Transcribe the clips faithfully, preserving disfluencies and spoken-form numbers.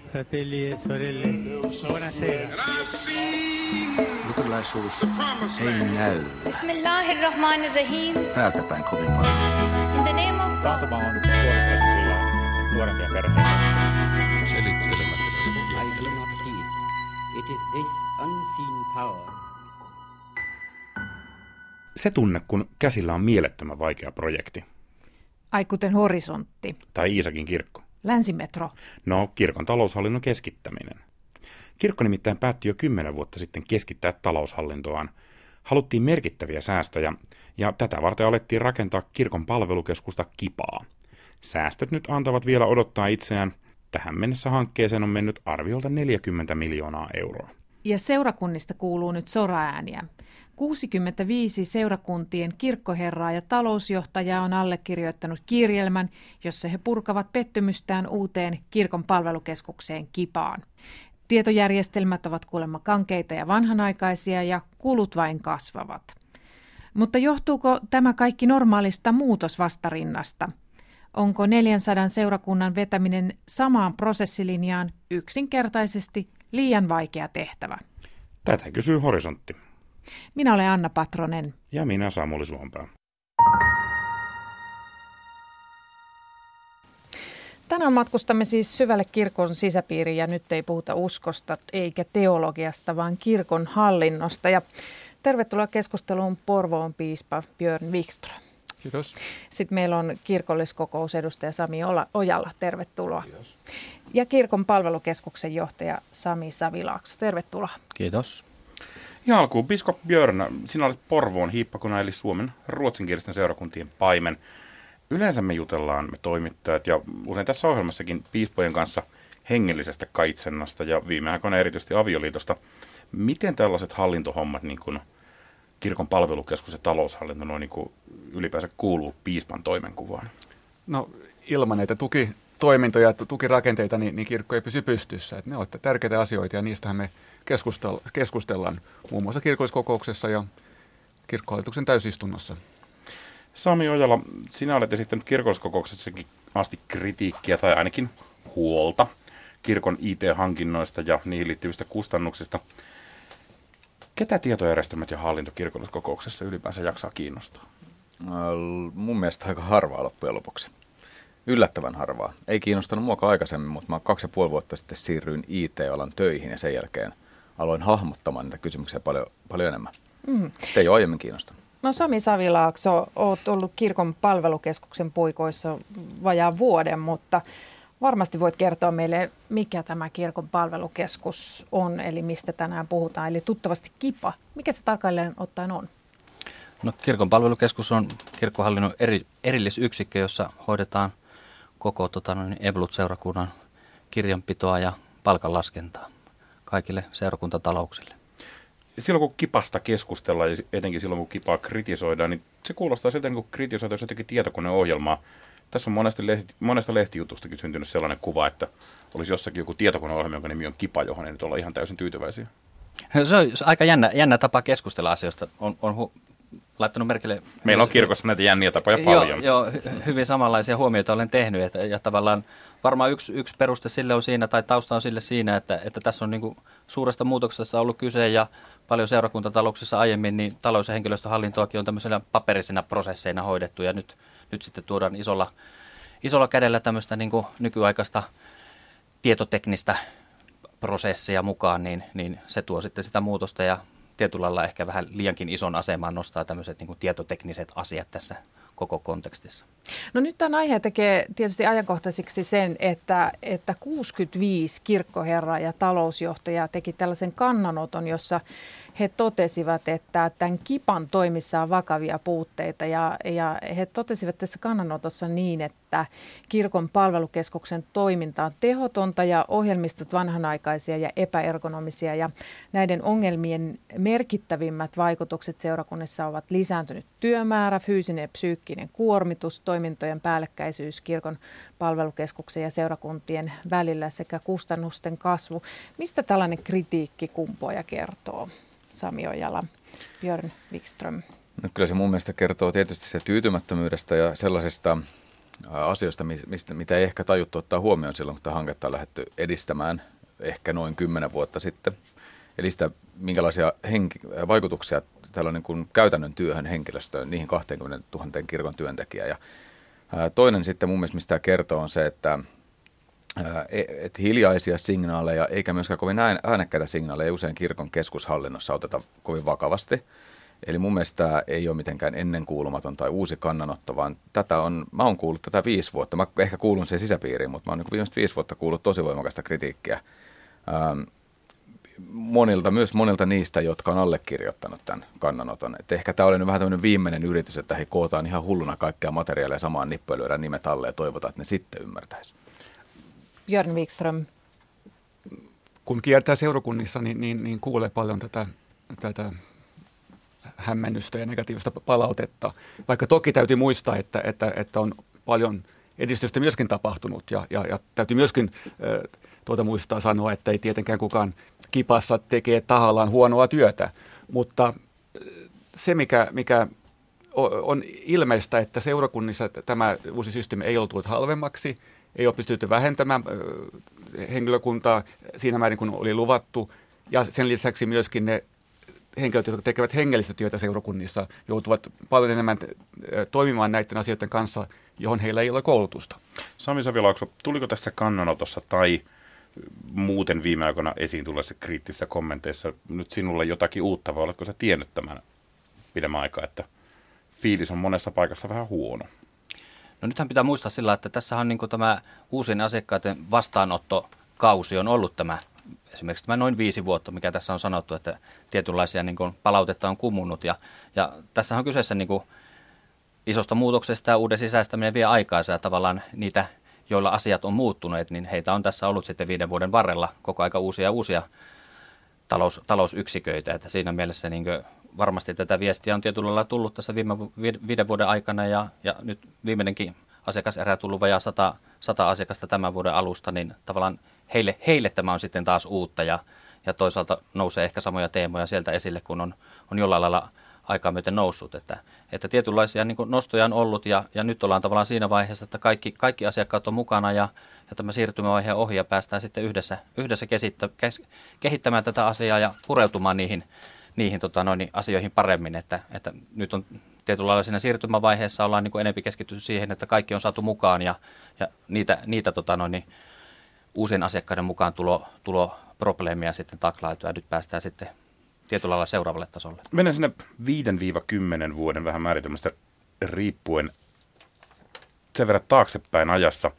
Fratelli e sorelle, buonasera. Luterilaisuus ei näy Bismillahirrahmanirrahim. täältä päin kovin paljon. In the name of God. Taantuma on tuonut kyllä nuorempia perheitä. Selittelemättä I do kieltelemättä. not heed. It is this unseen power. Se tunne, kun käsillä on mielettömän vaikea projekti. Ai kuten Horisontti. Tai Iisakin kirkko. Länsimetro. No, kirkon taloushallinnon keskittäminen. Kirkko nimittäin päätti jo kymmenen vuotta sitten keskittää taloushallintoaan. Haluttiin merkittäviä säästöjä, ja tätä varten alettiin rakentaa kirkon palvelukeskusta Kipaa. Säästöt nyt antavat vielä odottaa itseään. Tähän mennessä hankkeeseen on mennyt arviolta neljäkymmentä miljoonaa euroa. Ja seurakunnista kuuluu nyt soraääniä. kuusikymmentäviisi seurakuntien kirkkoherraa ja talousjohtajaa on allekirjoittanut kirjelmän, jossa he purkavat pettymystään uuteen kirkon palvelukeskukseen Kipaan. Tietojärjestelmät ovat kuulemma kankeita ja vanhanaikaisia ja kulut vain kasvavat. Mutta johtuuko tämä kaikki normaalista muutosvastarinnasta? Onko neljänsadan seurakunnan vetäminen samaan prosessilinjaan yksinkertaisesti liian vaikea tehtävä? Tätä kysyy Horisontti. Minä olen Anna Patronen. Ja minä Samuli Suompää. Tänään matkustamme siis syvälle kirkon sisäpiiriin ja nyt ei puhuta uskosta eikä teologiasta, vaan kirkon hallinnosta. Ja tervetuloa keskusteluun Porvoon piispa Björn Wikström. Kiitos. Sitten meillä on kirkolliskokousedustaja Sami Ojala. Tervetuloa. Kiitos. Ja kirkon palvelukeskuksen johtaja Sami Savilaakso. Tervetuloa. Kiitos. Ja alkuun, piiskop Björn, sinä olet Porvoon hiippakona eli Suomen ruotsinkielisten seurakuntien paimen. Yleensä me jutellaan, me toimittajat ja usein tässä ohjelmassakin piispojen kanssa hengellisestä kaitsennasta ja viime aikoina erityisesti avioliitosta. Miten tällaiset hallintohommat, niin kuin kirkon palvelukeskus ja taloushallinto, noin niin kuin ylipäänsä kuuluu piispan toimenkuvaan? No ilman näitä tukitoimintoja, tukirakenteita, niin, niin kirkko ei pysy pystyssä. Et ne ovat tärkeitä asioita ja niistähän me keskustellaan muun muassa kirkolliskokouksessa ja kirkkohallituksen täysistunnossa. Sami Ojala, sinä olet esittänyt kirkolliskokouksessakin asti kritiikkiä tai ainakin huolta kirkon I T-hankinnoista ja niihin liittyvistä kustannuksista. Ketä tietojärjestelmät ja hallinto kirkolliskokouksessa ylipäänsä jaksaa kiinnostaa? Mun mielestä aika harvaa loppujen lopuksi. Yllättävän harvaa. Ei kiinnostanut muakaan aikaisemmin, mutta mä kaksi ja puoli vuotta sitten siirryin I T-alan töihin ja sen jälkeen aloin hahmottamaan niitä kysymyksiä paljon, paljon enemmän. Mm. Te ei ole aiemmin kiinnostanut. No Sami Savilaakso, olet ollut kirkon palvelukeskuksen puikoissa vajaan vuoden, mutta varmasti voit kertoa meille, mikä tämä kirkon palvelukeskus on, eli mistä tänään puhutaan, eli tuttavasti Kipa. Mikä se tarkalleen ottaen on? No, kirkon palvelukeskus on kirkkohallinnon eri, erillisyksikkö, jossa hoidetaan koko tota, no, Evolut-seurakunnan kirjanpitoa ja palkanlaskentaa kaikille seurakuntatalouksille. Silloin kun Kipasta keskustellaan ja etenkin silloin kun Kipaa kritisoidaan, niin se kuulostaa siltä, kun kritisoitaisiin jotenkin tietokoneohjelmaa. Tässä on monesta, lehti, monesta lehtijutustakin syntynyt sellainen kuva, että olisi jossakin joku tietokoneohjelma, jonka nimi on Kipa, johon ei nyt olla ihan täysin tyytyväisiä. Se on aika jännä, jännä tapa keskustella asioista. On, on hu- laittanut merkille... Meillä on kirkossa näitä jänniä tapoja paljon. Joo, jo, hyvin samanlaisia huomioita olen tehnyt. Että, ja tavallaan varmaan yksi, yksi peruste sille on siinä, tai tausta on sille siinä, että, että tässä on niin kuin suuresta muutoksesta ollut kyse ja paljon seurakuntatalouksissa aiemmin, niin talous- ja henkilöstöhallintoakin on tämmöisenä paperisena prosesseina hoidettu ja nyt, nyt sitten tuodaan isolla, isolla kädellä tämmöistä niin kuin nykyaikaista tietoteknistä prosessia mukaan, niin, niin se tuo sitten sitä muutosta ja tietyllä lailla ehkä vähän liiankin ison asemaan nostaa tämmöiset niin kuin tietotekniset asiat tässä koko kontekstissa. No nyt tämän aiheen tekee tietysti ajankohtaisiksi sen, että, että kuusikymmentäviisi kirkkoherraa ja talousjohtajaa teki tällaisen kannanoton, jossa he totesivat, että tämän Kipan toimissa on vakavia puutteita ja, ja he totesivat tässä kannanotossa niin, että kirkon palvelukeskuksen toiminta on tehotonta ja ohjelmistot vanhanaikaisia ja epäergonomisia ja näiden ongelmien merkittävimmät vaikutukset seurakunnissa ovat lisääntynyt työmäärä, fyysinen ja psyykkinen kuormitus, toimintojen päällekkäisyys kirkon palvelukeskuksen ja seurakuntien välillä sekä kustannusten kasvu. Mistä tällainen kritiikki kumpuaa ja kertoo? Sami Ojala, Björn Wikström. No, kyllä se mun mielestä kertoo tietysti se tyytymättömyydestä ja sellaisesta asioista, mistä, mitä ei ehkä tajuttu ottaa huomioon silloin, kun tämä hanketta on lähdetty edistämään ehkä noin kymmenen vuotta sitten. Eli sitä, minkälaisia henki- vaikutuksia tällä on niin kuin käytännön työhön henkilöstöön, niihin kaksikymmentätuhatta kirkon työntekijää. Ja ää, toinen sitten mun mielestä, mistä tämä kertoo, on se, että ää, et hiljaisia signaaleja, eikä myöskään kovin äänekkäitä signaaleja usein kirkon keskushallinnossa oteta kovin vakavasti. Eli mun mielestä tämä ei ole mitenkään ennenkuulumaton tai uusi kannanotto, vaan tätä on, mä oon kuullut tätä viisi vuotta. Mä ehkä kuulun siihen sisäpiiriin, mutta mä oon niin viimeiset viisi vuotta kuullut tosi voimakasta kritiikkiä. Ähm, monilta, myös monilta niistä, jotka on allekirjoittanut tämän kannanoton. Et ehkä tämä oli nyt vähän tämmöinen viimeinen yritys, että he kootaan ihan hulluna kaikkea materiaalia samaan nippuun, lyödään nimet alle ja toivotaan, että ne sitten ymmärtäisi. Björn Wikström. Kun kiertää seurakunnissa, niin, niin, niin kuulee paljon tätä, tätä hämmennystä ja negatiivista palautetta. Vaikka toki täytyy muistaa, että, että, että on paljon edistystä myöskin tapahtunut ja, ja, ja täytyy myöskin äh, tuota muistaa sanoa, että ei tietenkään kukaan kipassa tekee tahallaan huonoa työtä, mutta se mikä, mikä on ilmeistä, että seurakunnissa tämä uusi systeemi ei ole tullut halvemmaksi, ei ole pystytty vähentämään henkilökuntaa siinä määrin kuin oli luvattu ja sen lisäksi myöskin ne henkilöt, jotka tekevät hengellistä työtä seurakunnissa, joutuvat paljon enemmän toimimaan näiden asioiden kanssa, johon heillä ei ole koulutusta. Sami Savilaakso, tuliko tässä kannanotossa tai muuten viime aikoina esiin tulleissa kriittisissä kommenteissa nyt sinulle jotakin uutta, vai oletko sä tiennyt tämän pidemmän aikaa, että fiilis on monessa paikassa vähän huono? No nythän pitää muistaa sillä, että tässä on niin kuin tämä uusien asiakkaiden vastaanottokausi on ollut tämä, esimerkiksi tämä noin viisi vuotta, mikä tässä on sanottu, että tietynlaisia niin kuin palautetta on kumunut. Ja, ja tässä on kyseessä niin kuin isosta muutoksesta ja uuden sisäistäminen vie aikaa ja tavallaan niitä, joilla asiat on muuttuneet, niin heitä on tässä ollut sitten viiden vuoden varrella koko aika uusia ja uusia talous, talousyksiköitä. Että siinä mielessä niin kuin varmasti tätä viestiä on tietyllä lailla tullut tässä viime viiden vuoden aikana ja, ja nyt viimeinenkin asiakaserä tullut vajaa sata, sata asiakasta tämän vuoden alusta, niin tavallaan heille, heille tämä on sitten taas uutta ja, ja toisaalta nousee ehkä samoja teemoja sieltä esille, kun on, on jollain lailla aikaa myöten noussut. Että, että tietynlaisia niin kuin nostoja on ollut ja, ja nyt ollaan tavallaan siinä vaiheessa, että kaikki, kaikki asiakkaat on mukana ja, ja tämä siirtymävaiheen ohi ja päästään sitten yhdessä, yhdessä kesittä, kes, kehittämään tätä asiaa ja pureutumaan niihin, niihin tota, noin, asioihin paremmin. Että, että nyt on tietyllä lailla siinä siirtymävaiheessa ollaan niin kuin enemmän keskitytty siihen, että kaikki on saatu mukaan ja, ja niitä, niitä tota, noin, uusien asiakkaiden mukaan tulo, tulo probleemia sitten taklailtua ja nyt päästään sitten tietyllä lailla seuraavalle tasolle. Mennään sinne viiden kymmenen vuoden vähän määritelmästä riippuen sen verran taaksepäin ajassa.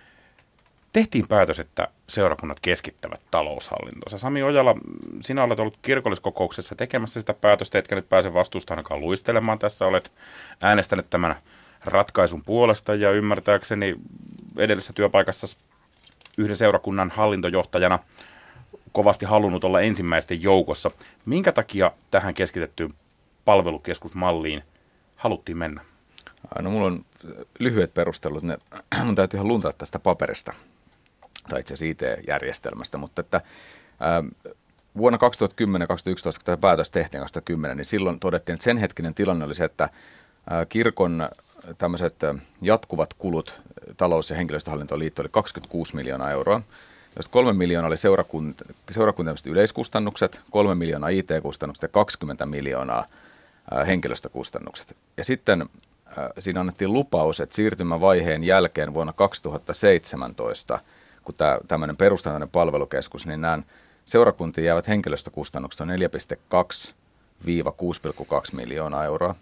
Tehtiin päätös, että seurakunnat keskittävät taloushallintonsa. Sami Ojala, sinä olet ollut kirkolliskokouksessa tekemässä sitä päätöstä, etkä nyt pääse vastuusta ainakaan luistelemaan. Tässä olet äänestänyt tämän ratkaisun puolesta ja ymmärtääkseni edellisessä työpaikassa yhden seurakunnan hallintojohtajana kovasti halunnut olla ensimmäisten joukossa. Minkä takia tähän keskitettyyn palvelukeskusmalliin haluttiin mennä? No mulla on lyhyet perustelut. Ne, mun täytyy ihan luntaa tästä paperista, tai itse asiassa I T-järjestelmästä, mutta että ää, vuonna kaksituhattakymmenen kaksituhattayksitoista, kun tämä päätös tehtiin kaksituhattakymmenen, niin silloin todettiin, että sen hetkinen tilanne oli se, että ää, kirkon tämmöiset jatkuvat kulut talous- ja henkilöstöhallintoon liittoon oli kaksikymmentäkuusi miljoonaa euroa, josta kolme miljoonaa oli seurakunt, seurakuntien yleiskustannukset, kolme miljoonaa I T-kustannukset ja kaksikymmentä miljoonaa ää, henkilöstökustannukset. Ja sitten ää, siinä annettiin lupaus, että siirtymävaiheen jälkeen vuonna kaksituhattaseitsemäntoista, kun tämä tämmöinen perustainen palvelukeskus, niin nämä seurakuntiin jäävät henkilöstökustannukset on neljä pilkku kaksi kuusi pilkku kaksi miljoonaa euroa.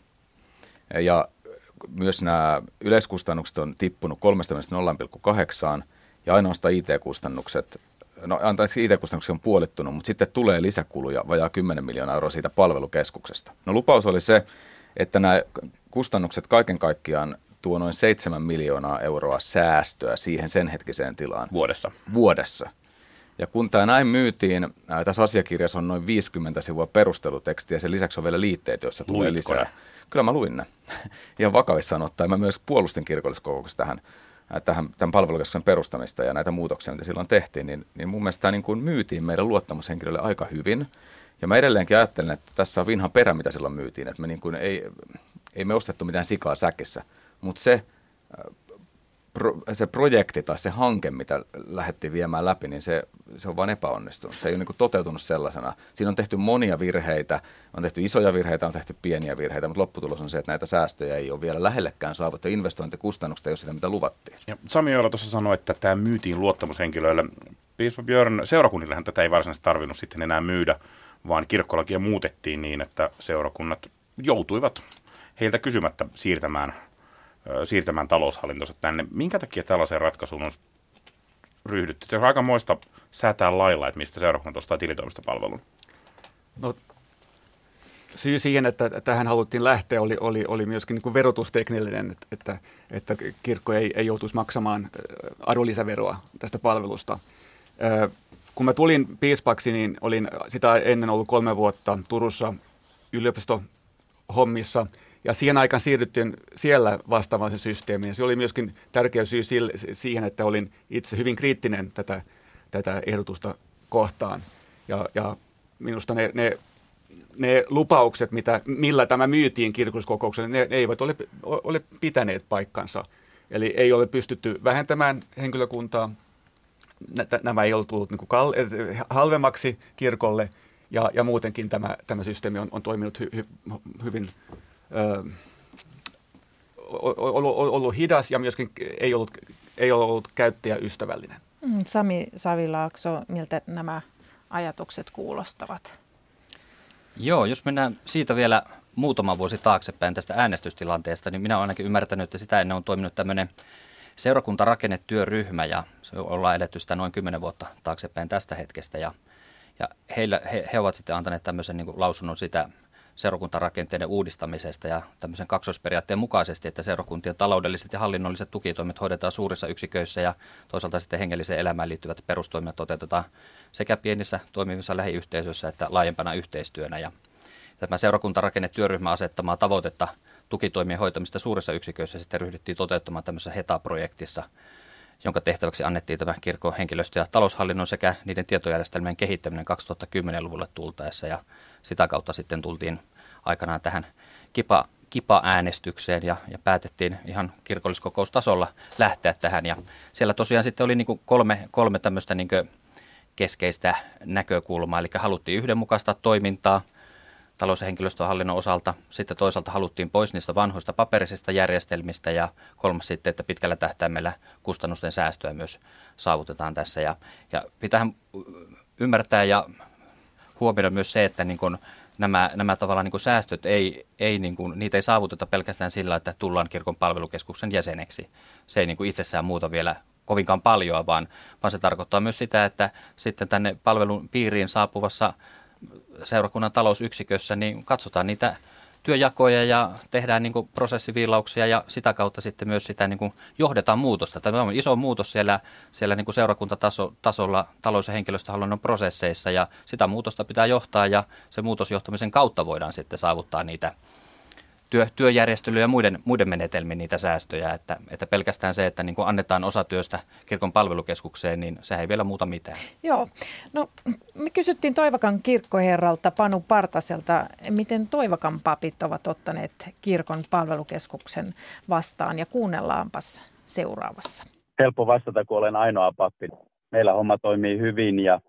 Ja myös nämä yleiskustannukset on tippunut kolmesta nolla pilkku kahdeksaan ja ainoastaan I T-kustannukset, no anteeksi I T-kustannukset on puolittunut, mutta sitten tulee lisäkuluja vajaa kymmenen miljoonaa euroa siitä palvelukeskuksesta. No lupaus oli se, että nämä kustannukset kaiken kaikkiaan tuo noin seitsemän miljoonaa euroa säästöä siihen sen hetkiseen tilaan. Vuodessa. Vuodessa. Ja kun tämä näin myytiin, ää, tässä asiakirjassa on noin viisikymmentä sivua perustelutekstiä ja sen lisäksi on vielä liitteet, joissa tulee Luitko lisää. ne? Kyllä mä luin ne. Ihan vakavissaan ottaen. Mä myös puolustin kirkolliskokouksessa tähän, tähän, tämän palvelukeskuksen perustamista ja näitä muutoksia, mitä silloin tehtiin, niin, niin mun mielestä tämä niin kuin myytiin meidän luottamushenkilöille aika hyvin. Ja mä edelleenkin ajattelen, että tässä on vinha perä, mitä silloin myytiin. Että me niin kuin ei, ei me ostettu mitään sikaa säkissä, mutta se pro, se projekti tai se hanke, mitä lähdettiin viemään läpi, niin se, se on vain epäonnistunut. Se ei ole niin kuin toteutunut sellaisena. Siinä on tehty monia virheitä, on tehty isoja virheitä, on tehty pieniä virheitä, mutta lopputulos on se, että näitä säästöjä ei ole vielä lähellekään saavutettu. Investointikustannukset ei ole sitä, mitä luvattiin. Ja Sami Oila tuossa sanoi, että tämä myytiin luottamushenkilöille. Piispa Björn, seurakunnillehän tätä ei varsinaisesti tarvinnut sitten enää myydä, vaan kirkkolakia muutettiin niin, että seurakunnat joutuivat heiltä kysymättä siirtämään, siirtämään taloushallintonsa tänne. Minkä takia tällaiseen ratkaisuun on ryhdytty? Se on aika moista säätää lailla, että mistä seurakunnat ostaa tilitoimistopalvelun. No, syy siihen, että tähän haluttiin lähteä, oli, oli, oli myöskin niin kuin verotusteknillinen, että, että, että kirkko ei, ei joutuisi maksamaan arvonlisäveroa tästä palvelusta. Kun mä tulin piispaksi, niin olin sitä ennen ollut kolme vuotta Turussa yliopistohommissa, ja siihen aikaan siirryttiin siellä vastaavaan systeemiin. Se oli myöskin tärkeä syy sille, siihen, että olin itse hyvin kriittinen tätä, tätä ehdotusta kohtaan. Ja, ja minusta ne, ne, ne lupaukset, mitä, millä tämä myytiin kirkolliskokoukselle, ne, ne eivät ole, ole pitäneet paikkansa. Eli ei ole pystytty vähentämään henkilökuntaa. Nämä ei ole tullut niin kuin kal- halvemmaksi kirkolle, ja, ja muutenkin tämä, tämä systeemi on, on toiminut hy, hy, hyvin, ö, ollut, ollut hidas ja myöskin ei, ollut, ei ole ollut käyttäjäystävällinen. Sami Savilaakso, miltä nämä ajatukset kuulostavat? Joo, jos mennään siitä vielä muutama vuosi taaksepäin tästä äänestystilanteesta, niin minä olen ainakin ymmärtänyt, että sitä ennen on toiminut tämmöinen seurakuntarakennetyöryhmä, ja se ollaan edetty sitä noin kymmenen vuotta taaksepäin tästä hetkestä, ja, ja heillä, he, he ovat sitten antaneet tämmöisen niin kuin lausunnon sitä seurakuntarakenteiden uudistamisesta ja tämmöisen kaksoisperiaatteen mukaisesti, että seurakuntien taloudelliset ja hallinnolliset tukitoimet hoidetaan suurissa yksiköissä ja toisaalta sitten hengelliseen elämään liittyvät perustoimet toteutetaan sekä pienissä toimivissa lähiyhteisöissä että laajempana yhteistyönä. Ja tämä seurakuntarakennetyöryhmä asettamaa tavoitetta tukitoimien hoitamista suurissa yksiköissä sitten ryhdyttiin toteuttamaan tämmöisessä HETA-projektissa, jonka tehtäväksi annettiin tämä kirkon henkilöstö- ja taloushallinnon sekä niiden tietojärjestelmien kehittäminen kaksituhattakymmenluvulle tultaessa, ja sitä kautta sitten tultiin aikanaan tähän kipa, kipa-äänestykseen ja, ja päätettiin ihan kirkolliskokoustasolla lähteä tähän, ja siellä tosiaan sitten oli niin kuin kolme, kolme tämmöistä niin kuin keskeistä näkökulmaa, eli haluttiin yhdenmukaistaa toimintaa talous- ja henkilöstöhallinnon osalta. Sitten toisaalta haluttiin pois niistä vanhoista paperisista järjestelmistä, ja kolmas sitten, että pitkällä tähtäimellä kustannusten säästöä myös saavutetaan tässä. Ja, ja pitäähän ymmärtää ja huomioida myös se, että niin kun nämä, nämä tavallaan niin kun säästöt, ei, ei niin kun, niitä ei saavuteta pelkästään sillä, että tullaan kirkon palvelukeskuksen jäseneksi. Se ei niin kun itsessään muuta vielä kovinkaan paljon, vaan, vaan se tarkoittaa myös sitä, että sitten tänne palvelun piiriin saapuvassa seurakunnan talousyksikössä, niin katsotaan niitä työjakoja ja tehdään niin kuin prosessiviilauksia ja sitä kautta sitten myös sitä niin kuin johdetaan muutosta. Tämä on iso muutos siellä, siellä niin kuin seurakuntatasolla talous- ja henkilöstöhallinnon prosesseissa, ja sitä muutosta pitää johtaa, ja se muutosjohtamisen kautta voidaan sitten saavuttaa niitä työ, työjärjestelyjä ja muiden, muiden menetelmin niitä säästöjä, että, että pelkästään se, että niin kuin annetaan osa työstä kirkon palvelukeskukseen, niin se ei vielä muuta mitään. Joo, no me kysyttiin Toivakan kirkkoherralta Panu Partaselta, miten Toivakan papit ovat ottaneet kirkon palvelukeskuksen vastaan, ja kuunnellaanpas seuraavassa. Helppo vastata, kun olen ainoa pappi. Meillä homma toimii hyvin, ja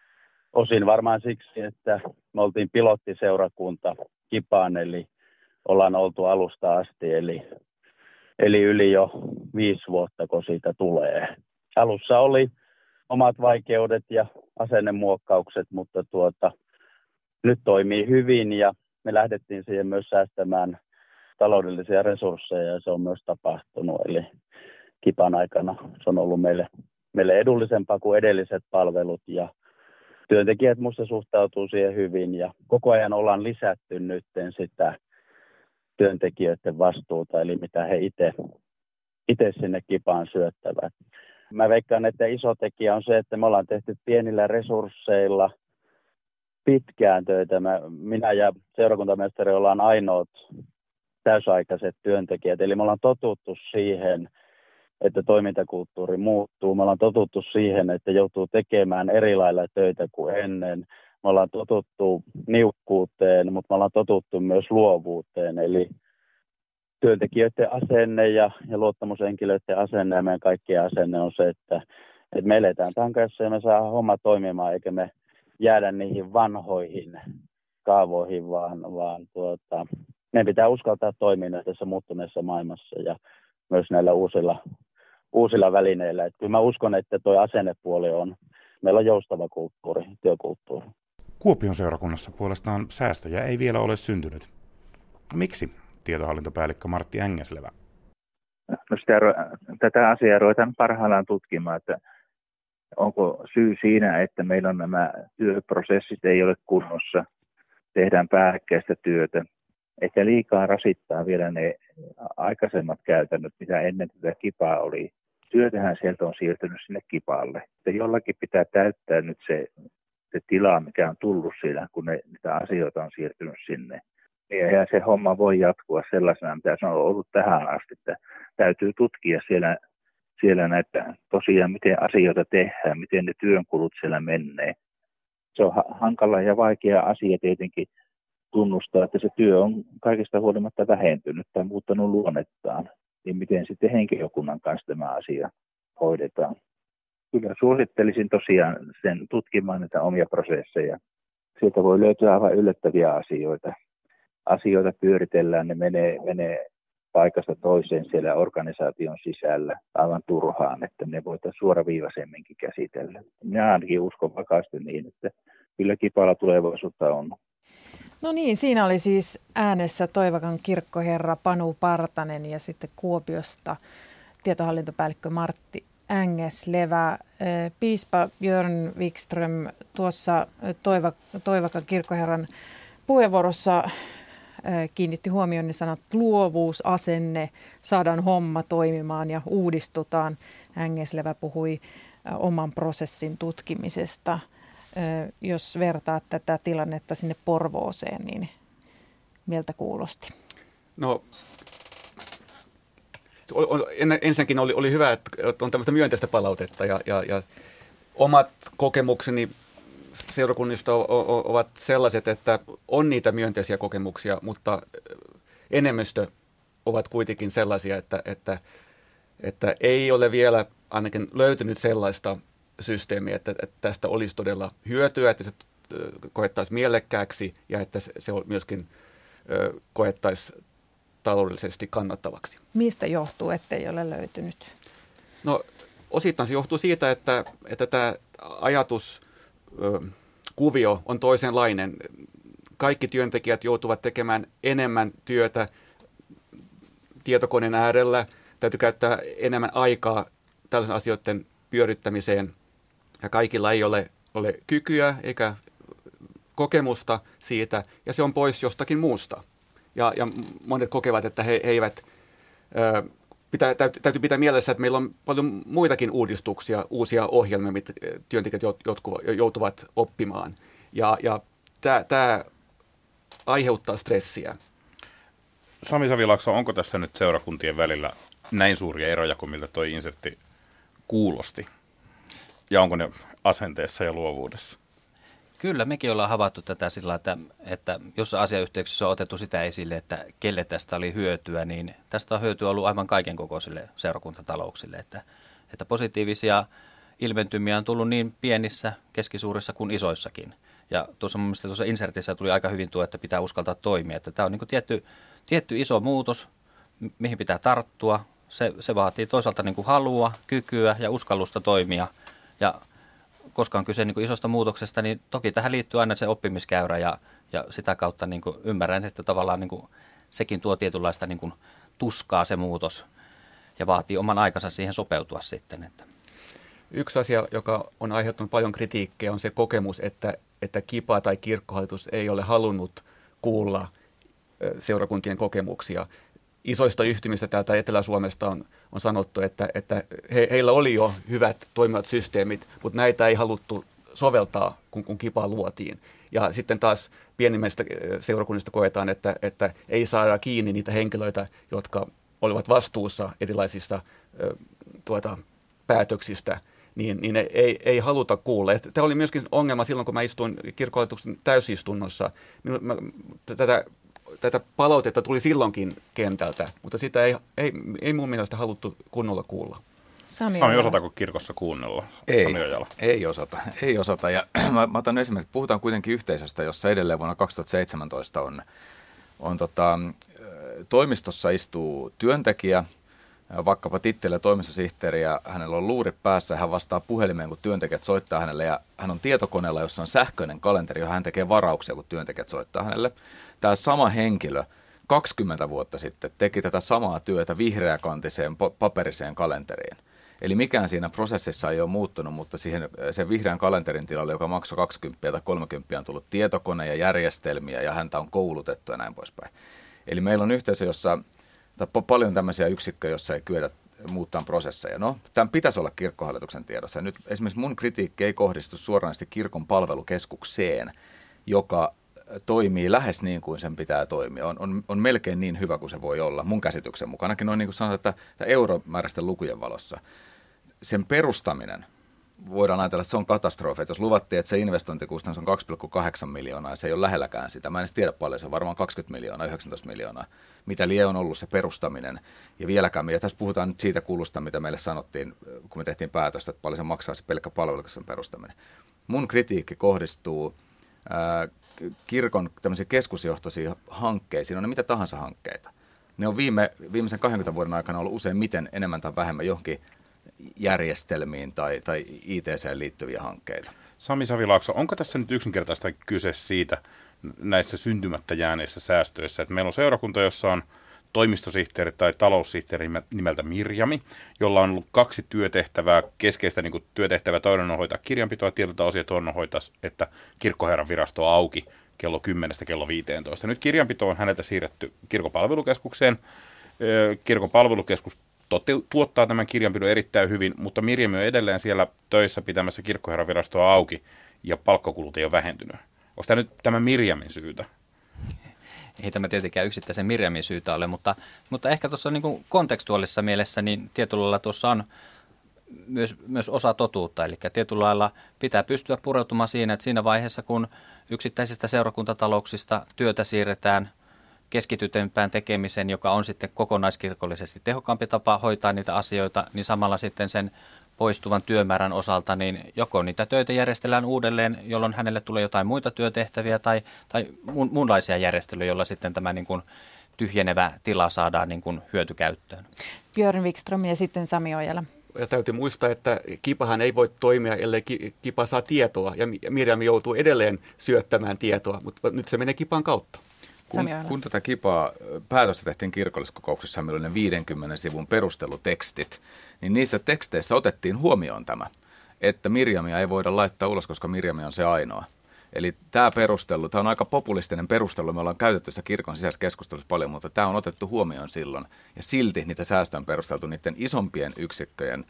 osin varmaan siksi, että me oltiin pilottiseurakunta Kipaan, eli ollaan oltu alusta asti, eli, eli yli jo viisi vuotta, kun siitä tulee. Alussa oli omat vaikeudet ja asennemuokkaukset, mutta tuota, nyt toimii hyvin, ja me lähdettiin siihen myös säästämään taloudellisia resursseja, ja se on myös tapahtunut. Eli Kipan aikana se on ollut meille, meille edullisempaa kuin edelliset palvelut, ja työntekijät musta suhtautuu siihen hyvin, ja koko ajan ollaan lisätty nyt sitä työntekijöiden vastuuta, eli mitä he itse itse sinne Kipaan syöttävät. Mä veikkaan, että iso tekijä on se, että me ollaan tehty pienillä resursseilla pitkään töitä. Mä, minä ja seurakuntamestari ollaan ainoat täysaikaiset työntekijät, eli me ollaan totuttu siihen, että toimintakulttuuri muuttuu. Me ollaan totuttu siihen, että joutuu tekemään eri lailla töitä kuin ennen. Me ollaan totuttu niukkuuteen, mutta me ollaan totuttu myös luovuuteen. Eli työntekijöiden asenne ja, ja luottamushenkilöiden asenne ja meidän kaikkien asenne on se, että, että me eletään tämän kanssa ja me saadaan homma toimimaan, eikä me jäädä niihin vanhoihin kaavoihin, vaan, vaan tuota, meidän pitää uskaltaa toimia tässä muuttuneessa maailmassa ja myös näillä uusilla, uusilla välineillä. Et kyllä mä uskon, että tuo asennepuoli on, meillä on joustava kulttuuri, työkulttuuri. Kuopion seurakunnassa puolestaan säästöjä ei vielä ole syntynyt. Miksi? Tietohallintopäällikkö Martti Ängeslevä. No sitä, tätä asiaa ruvetaan parhaillaan tutkimaan, että onko syy siinä, että meillä on nämä työprosessit ei ole kunnossa, tehdään päällekkäistä työtä. Ehkä liikaa rasittaa vielä ne aikaisemmat käytännöt, mitä ennen tätä kipaa oli. Työtähän sieltä on siirtynyt sinne kipalle. Että jollakin pitää täyttää nyt se, se tila, mikä on tullut siinä, kun ne, niitä asioita on siirtynyt sinne. Ja se homma voi jatkua sellaisena, mitä se on ollut tähän asti, että täytyy tutkia siellä, siellä näitä tosiaan, miten asioita tehdään, miten ne työnkulut siellä menee. Se on hankala ja vaikea asia tietenkin tunnustaa, että se työ on kaikesta huolimatta vähentynyt tai muuttanut luonnettaan. Niin miten sitten henkilökunnan kanssa tämä asia hoidetaan. Kyllä suosittelisin tosiaan sen tutkimaan näitä omia prosesseja. Sieltä voi löytyä aivan yllättäviä asioita. Asioita pyöritellään, ne menee, menee paikasta toiseen siellä organisaation sisällä aivan turhaan, että ne voitaisiin suoraviivaisemminkin käsitellä. Minä ainakin uskon vakaasti niin, että kyllä kipalla tulevaisuutta on. No niin, siinä oli siis äänessä Toivakan kirkkoherra Panu Partanen ja sitten Kuopiosta tietohallintopäällikkö Martti Ängeslevä. Piispa Björn Wikström tuossa Toivakan kirkkoherran puheenvuorossa kiinnitti huomioon ne sanat luovuus, asenne, saadaan homma toimimaan ja uudistutaan. Ängeslevä puhui oman prosessin tutkimisesta. Jos vertaat tätä tilannetta sinne Porvooseen, niin miltä kuulosti? No ensinnäkin oli, oli hyvä, että on tämmöistä myönteistä palautetta ja, ja, ja omat kokemukseni seurakunnista ovat sellaiset, että on niitä myönteisiä kokemuksia, mutta enemmistö ovat kuitenkin sellaisia, että, että, että ei ole vielä ainakin löytynyt sellaista systeemiä, että, että tästä olisi todella hyötyä, että se koettaisiin mielekkääksi ja että se myöskin koettaisiin taloudellisesti kannattavaksi. Mistä johtuu, ettei ole löytynyt? No osittain se johtuu siitä, että, että tämä ajatus kuvio on toisenlainen. Kaikki työntekijät joutuvat tekemään enemmän työtä tietokoneen äärellä. Täytyy käyttää enemmän aikaa tällaisen asioiden pyörittämiseen. Ja kaikilla ei ole, ole kykyä eikä kokemusta siitä, ja se on pois jostakin muusta. Ja, ja monet kokevat, että he, he eivät... Ö, Pitää, täytyy, täytyy pitää mielessä, että meillä on paljon muitakin uudistuksia, uusia ohjelmia, mitä työntekijät joutuvat oppimaan. Ja, ja tämä aiheuttaa stressiä. Sami Savilakso, onko tässä nyt seurakuntien välillä näin suuria eroja kuin miltä tuo insertti kuulosti? Ja onko ne asenteessa ja luovuudessa? Kyllä, mekin ollaan havaittu tätä sillä, että, että jos asiayhteyksissä on otettu sitä esille, että kelle tästä oli hyötyä, niin tästä on hyötyä ollut aivan kaiken kokoisille seurakuntatalouksille. Että, että positiivisia ilmentymiä on tullut niin pienissä, keskisuurissa kuin isoissakin. Ja tuossa mun mielestä tuossa insertissä tuli aika hyvin tuo, että pitää uskaltaa toimia. Että tämä on niin kuin tietty, tietty iso muutos, mihin pitää tarttua. Se, se vaatii toisaalta niin kuin halua, kykyä ja uskallusta toimia. Ja koska on kyse niin kuin isosta muutoksesta, niin toki tähän liittyy aina se oppimiskäyrä ja, ja sitä kautta niin kuin ymmärrän, että tavallaan niin kuin sekin tuo tietynlaista niin kuin tuskaa se muutos ja vaatii oman aikansa siihen sopeutua sitten. Että. Yksi asia, joka on aiheuttanut paljon kritiikkiä, on se kokemus, että, että kipa tai kirkkohallitus ei ole halunnut kuulla seurakuntien kokemuksia. Isoista yhtymistä täältä Etelä-Suomesta on, on sanottu, että, että he, heillä oli jo hyvät toimivat systeemit, mutta näitä ei haluttu soveltaa, kun, kun kipaa luotiin. Ja sitten taas pienimmistä seurakunnista koetaan, että, että ei saada kiinni niitä henkilöitä, jotka olivat vastuussa erilaisista ö, tuota, päätöksistä, niin, niin ei, ei haluta kuulla. Tämä oli myöskin ongelma silloin, kun mä istuin kirkkohallituksen täysistunnossa. Minu, mä, tätä tätä palautetta tuli silloinkin kentältä, mutta sitä ei, ei, ei mun mielestä haluttu kunnolla kuulla. Sami, Sami osataako kirkossa kuunnella? Ei, ei osata. Ei osata. Ja mä, mä otan esimerkiksi, puhutaan kuitenkin yhteisöstä, jossa edelleen vuonna kaksituhattaseitsemäntoista on, on tota, toimistossa istuu työntekijä, vaikkapa titteli toimistosihteeri, ja hänellä on luuri päässä, ja hän vastaa puhelimeen, kun työntekijät soittaa hänelle, ja hän on tietokoneella, jossa on sähköinen kalenteri, johon hän tekee varauksia, kun työntekijät soittaa hänelle. Tämä sama henkilö kaksikymmentä vuotta sitten teki tätä samaa työtä vihreäkantiseen paperiseen kalenteriin. Eli mikään siinä prosessissa ei ole muuttunut, mutta siihen sen vihreän kalenterin tilalle, joka maksoi kaksikymmentä tai kolmekymmentä, on tullut tietokone ja järjestelmiä, ja häntä on koulutettu ja näin poispäin. Eli meillä on yhteisö, jossa paljon tämmöisiä yksikköjä, joissa ei kyetä muuttaa prosesseja. No, tämän pitäisi olla kirkkohallituksen tiedossa. Ja nyt esimerkiksi mun kritiikki ei kohdistu suoranaisesti kirkon palvelukeskukseen, joka toimii lähes niin kuin sen pitää toimia. On, on, on melkein niin hyvä kuin se voi olla, mun käsityksen mukaan. Ainakin noin niin kuin sanotaan, että euromääräisten lukujen valossa. Sen perustaminen, voidaan ajatella, että se on katastrofi. Että jos luvattiin, että se investointikustannus on kaksi pilkku kahdeksan miljoonaa, ja se ei ole lähelläkään sitä. Mä en edes tiedä paljon, se on varmaan kaksikymmentä miljoonaa, yhdeksäntoista miljoonaa, mitä lie on ollut se perustaminen. Ja vieläkään, ja tässä puhutaan nyt siitä kulusta, mitä meille sanottiin, kun me tehtiin päätöstä, että paljon se maksaa se pelkkä palveluksen perustaminen. Mun kritiikki kohdistuu ää, kirkon tämmöisiin keskusjohtoisiin hankkeisiin, on ne mitä tahansa hankkeita. Ne on viime, viimeisen kaksikymmentä vuoden aikana ollut useimmiten enemmän tai vähemmän johonkin järjestelmiin tai, tai I T C:hen liittyviä hankkeita. Sami Savilaakso, onko tässä nyt yksinkertaista kyse siitä näissä syntymättä jääneissä säästöissä, että meillä on seurakunta, jossa on toimistosihteeri tai taloussihteeri nimeltä Mirjami, jolla on ollut kaksi työtehtävää, keskeistä niin kuin työtehtävää, toinen on hoitaa kirjanpitoa, tietyltä osia toinen on hoitaa, että kirkkoherran virasto on auki kello kymmenestä kello viisitoista. Nyt kirjanpito on häneltä siirretty kirkon palvelukeskukseen. Kirkon palvelukeskus Tote, tuottaa tämän kirjanpidon erittäin hyvin, mutta Mirjami on edelleen siellä töissä pitämässä kirkkoherran virastoa auki ja palkkakulut ei ole vähentynyt. Onko tämä nyt tämä Mirjamin syytä? Ei tämä tietenkään yksittäisen Mirjamin syytä ole, mutta, mutta ehkä tuossa niin kuin kontekstuaalisessa mielessä niin tietyllä lailla tuossa on myös, myös osa totuutta. Eli tietyllä lailla pitää pystyä pureutumaan siinä, että siinä vaiheessa, kun yksittäisistä seurakuntatalouksista työtä siirretään keskitytempään tekemiseen, joka on sitten kokonaiskirkollisesti tehokkaampi tapa hoitaa niitä asioita, niin samalla sitten sen poistuvan työmäärän osalta, niin joko niitä töitä järjestellään uudelleen, jolloin hänelle tulee jotain muita työtehtäviä tai, tai muunlaisia järjestelyjä, joilla sitten tämä niin kuin tyhjenevä tila saadaan niin kuin hyötykäyttöön. Björn Wikström ja sitten Sami Ojala. Ja täytyy muistaa, että Kipahan ei voi toimia, ellei Kipa saa tietoa, ja Mirjami joutuu edelleen syöttämään tietoa, mutta nyt se menee Kipan kautta. Kun, kun tätä Kipaa päätöstä tehtiin kirkolliskokouksessa, meillä oli ne viidenkymmenen sivun perustelutekstit, niin niissä teksteissä otettiin huomioon tämä, että Mirjamia ei voida laittaa ulos, koska Mirjami on se ainoa. Eli tämä perustelu, tämä on aika populistinen perustelu, me ollaan käytetty sitä kirkon sisäisessä keskustelussa paljon, mutta tämä on otettu huomioon silloin. Ja silti niitä säästöjä on perusteltu niiden isompien yksikköjen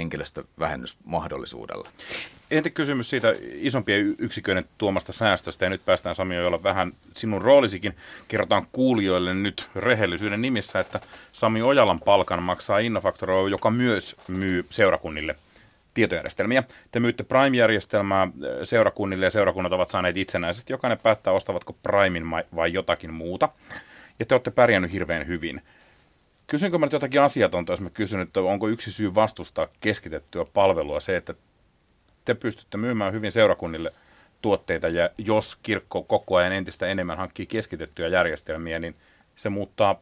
henkilöstövähennysmahdollisuudella. Entä kysymys siitä isompien yksiköiden tuomasta säästöstä, ja nyt päästään Sami Ojala vähän sinun roolisikin. Kerrotaan kuulijoille nyt rehellisyyden nimissä, että Sami Ojalan palkan maksaa Innofactor, joka myös myy seurakunnille tietojärjestelmiä. Te myytte Prime-järjestelmää seurakunnille, ja seurakunnat ovat saaneet itsenäisesti. Jokainen päättää, ostavatko Primein vai jotakin muuta. Ja te olette pärjännyt hirveän hyvin. Kysynkö mä nyt jotakin asiatonta, jos mä kysyn, että onko yksi syy vastustaa keskitettyä palvelua se, että te pystytte myymään hyvin seurakunnille tuotteita, ja jos kirkko koko ajan entistä enemmän hankkii keskitettyjä järjestelmiä, niin se muuttaa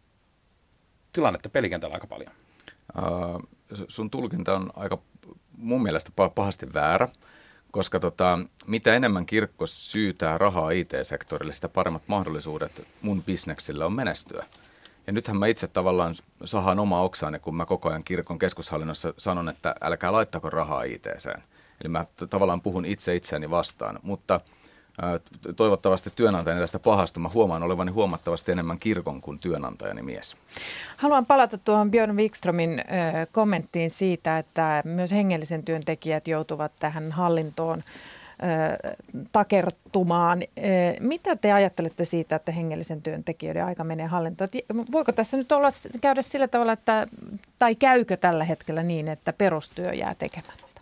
tilannetta pelikentällä aika paljon. Uh, sun tulkinta on aika mun mielestä pahasti väärä, koska tota, mitä enemmän kirkko syytää rahaa I T-sektorille, sitä paremmat mahdollisuudet mun bisneksillä on menestyä. Ja nythän mä itse tavallaan sahaan omaa oksaani, kun mä koko ajan kirkon keskushallinnossa sanon, että älkää laittako rahaa I T-seen. Eli mä tavallaan puhun itse itseäni vastaan, mutta toivottavasti työnantajani tästä pahastu. Mä huomaan olevani huomattavasti enemmän kirkon kuin työnantajani mies. Haluan palata tuohon Björn Wikströmin ö, kommenttiin siitä, että myös hengellisen työntekijät joutuvat tähän hallintoon ö, takertumaan. Ö, mitä te ajattelette siitä, että hengellisen työntekijöiden aika menee hallintoon? Voiko tässä nyt olla, käydä sillä tavalla, että, tai käykö tällä hetkellä niin, että perustyö jää tekemättä?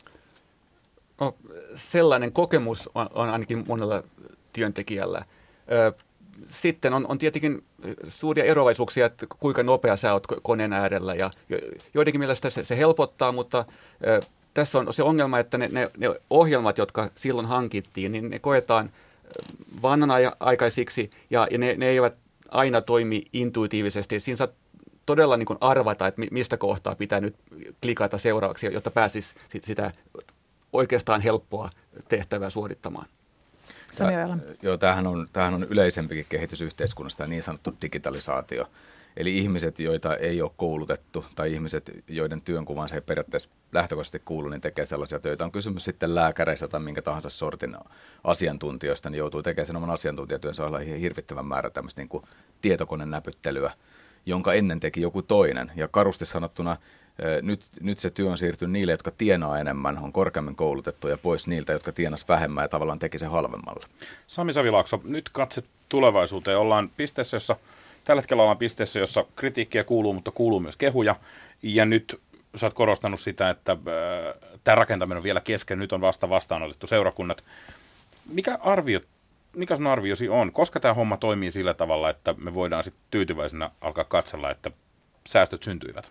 No, sellainen kokemus on, on ainakin monella työntekijällä. Ö, sitten on, on tietenkin suuria eroavaisuuksia, että kuinka nopea sä oot koneen äärellä. Ja joidenkin mielestä se, se helpottaa, mutta ö, tässä on se ongelma, että ne, ne, ne ohjelmat, jotka silloin hankittiin, niin ne koetaan vanhanaikaisiksi ja, ja ne, ne eivät aina toimi intuitiivisesti. Siinä saa todella niin kuin arvata, että mistä kohtaa pitää nyt klikata seuraavaksi, jotta pääsisi sitä oikeastaan helppoa tehtävää suorittamaan. Ja, joo, tämähän on, tämähän on yleisempikin kehitys yhteiskunnasta, niin sanottu digitalisaatio. Eli ihmiset, joita ei ole koulutettu, tai ihmiset, joiden työnkuvansa ei periaatteessa lähtökohtaisesti kuulu, niin tekee sellaisia töitä. On kysymys sitten lääkäreistä tai minkä tahansa sortin asiantuntijoista, niin joutuu tekemään sen oman asiantuntijatyönsä olla hirvittävän määrä tämmöistä niin kuin tietokonenäpyttelyä, jonka ennen teki joku toinen. Ja karusti sanottuna, nyt, nyt se työ on siirtynyt niille, jotka tienaa enemmän, on korkeammin koulutettu ja pois niiltä, jotka tienas vähemmän ja tavallaan teki sen halvemmalla. Sami Savilaakso, nyt katse tulevaisuuteen. Ollaan pisteessä, jossa, tällä hetkellä ollaan pisteessä, jossa kritiikkiä kuuluu, mutta kuuluu myös kehuja. Ja nyt sä oot korostanut sitä, että äh, tämä rakentaminen on vielä kesken, nyt on vasta vastaanotettu seurakunnat. Mikä arvio, mikä sun arviosi on? Koska tämä homma toimii sillä tavalla, että me voidaan sitten tyytyväisenä alkaa katsella, että säästöt syntyivät?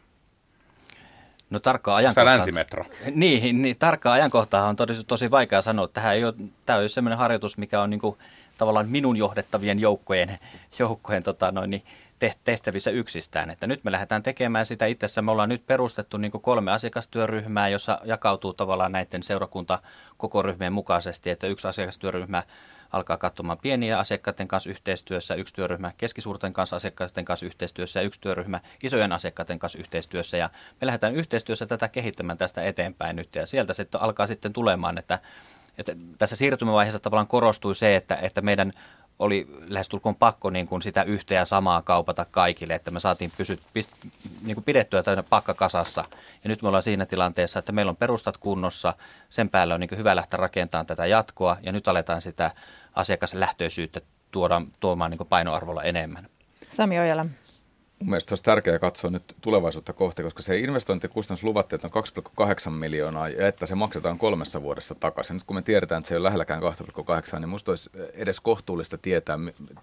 No tarkkaa ajankohtaa. Länsimetro. Niin, niin tarkkaa ajankohtaa on tosi, tosi vaikea sanoa. Tähän ei ole, tämä on sellainen harjoitus, mikä on niin kuin, tavallaan minun johdettavien joukkojen, joukkojen tota noin, niin tehtävissä yksistään. Että nyt me lähdetään tekemään sitä itsessä. Me ollaan nyt perustettu niin kuin kolme asiakastyöryhmää, jossa jakautuu tavallaan näiden seurakuntakokoryhmien mukaisesti, että yksi asiakastyöryhmä alkaa katsomaan pieniä asiakkaiden kanssa yhteistyössä, yksi työryhmä keskisuurten kanssa asiakkaiden kanssa yhteistyössä ja yksi työryhmä isojen asiakkaiden kanssa yhteistyössä. Ja me lähdetään yhteistyössä tätä kehittämään tästä eteenpäin nyt ja sieltä sitten alkaa sitten tulemaan, että, että tässä siirtymävaiheessa tavallaan korostui se, että, että meidän oli lähestulkoon pakko niin kuin sitä yhtä ja samaa kaupata kaikille, että me saatiin pysyt, pist, niin kuin pidettyä täynnä pakka kasassa. Ja nyt me ollaan siinä tilanteessa, että meillä on perustat kunnossa, sen päällä on niin kuin hyvä lähteä rakentamaan tätä jatkoa ja nyt aletaan sitä asiakaslähtöisyyttä tuoda, tuomaan niin kuin painoarvolla enemmän. Sami Ojala. Mun mielestä olisi tärkeää katsoa nyt tulevaisuutta kohti, koska se investointikustannus luvattiin, että on kaksi pilkku kahdeksan miljoonaa ja että se maksetaan kolmessa vuodessa takaisin. Nyt kun me tiedetään, että se ei ole lähelläkään kaksi pilkku kahdeksan, niin musta olisi edes kohtuullista tietää,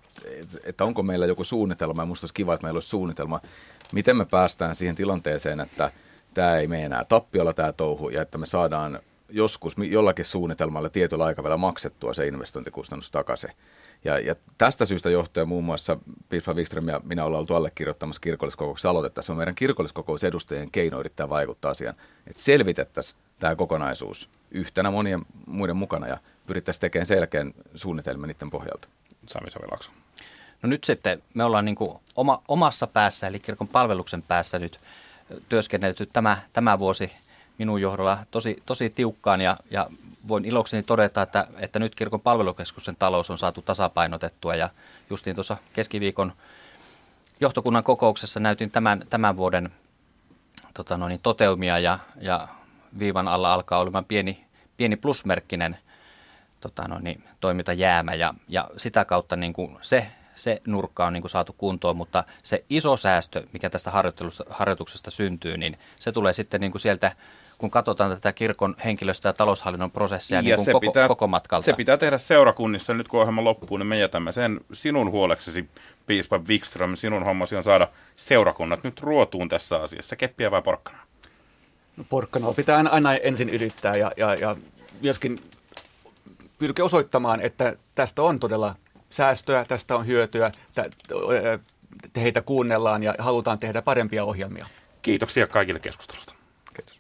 että onko meillä joku suunnitelma ja musta olisi kiva, että meillä olisi suunnitelma, miten me päästään siihen tilanteeseen, että tämä ei mene enää tappiolla tämä touhu ja että me saadaan joskus jollakin suunnitelmalla tietyllä aikavälillä maksettua se investointikustannus takaisin. Ja, ja tästä syystä johtuen muun muassa piispa Wikström ja minä ollaan oltu allekirjoittamassa kirkolliskokouksen aloitetta. Se on meidän kirkolliskokousedustajien keino yrittää vaikuttaa asiaan, että selvitettäisiin tämä kokonaisuus yhtenä monien muiden mukana ja pyrittäisiin tekemään selkeän suunnitelman niiden pohjalta. Sami Savilaakso. No nyt sitten me ollaan niin kuin oma, omassa päässä eli kirkon palveluksen päässä nyt työskennelty tämä, tämä vuosi minun johdolla tosi, tosi tiukkaan ja, ja voin ilokseni todeta, että, että nyt kirkon palvelukeskuksen talous on saatu tasapainotettua ja justiin tuossa keskiviikon johtokunnan kokouksessa näytin tämän, tämän vuoden tota noin, toteumia ja, ja viivan alla alkaa olemaan pieni, pieni plusmerkkinen tota noin, toimintajäämä ja, ja sitä kautta niin kuin se, se nurkka on niin kuin saatu kuntoon, mutta se iso säästö, mikä tästä harjoituksesta syntyy, niin se tulee sitten niin kuin sieltä, kun katsotaan tätä kirkon henkilöstö- ja taloushallinnon prosessia niin kuin koko, pitää, koko matkalta. Se pitää tehdä seurakunnissa. Nyt kun ohjelma loppuu, niin me jätämme sen sinun huoleksesi, piispa Wikström. Sinun hommasi on saada seurakunnat nyt ruotuun tässä asiassa. Keppiä vai porkkanaa? No, porkkanaa pitää aina ensin yrittää ja, ja, ja myöskin pyrkiä osoittamaan, että tästä on todella säästöä, tästä on hyötyä, heitä kuunnellaan ja halutaan tehdä parempia ohjelmia. Kiitoksia kaikille keskustelusta. Kiitos.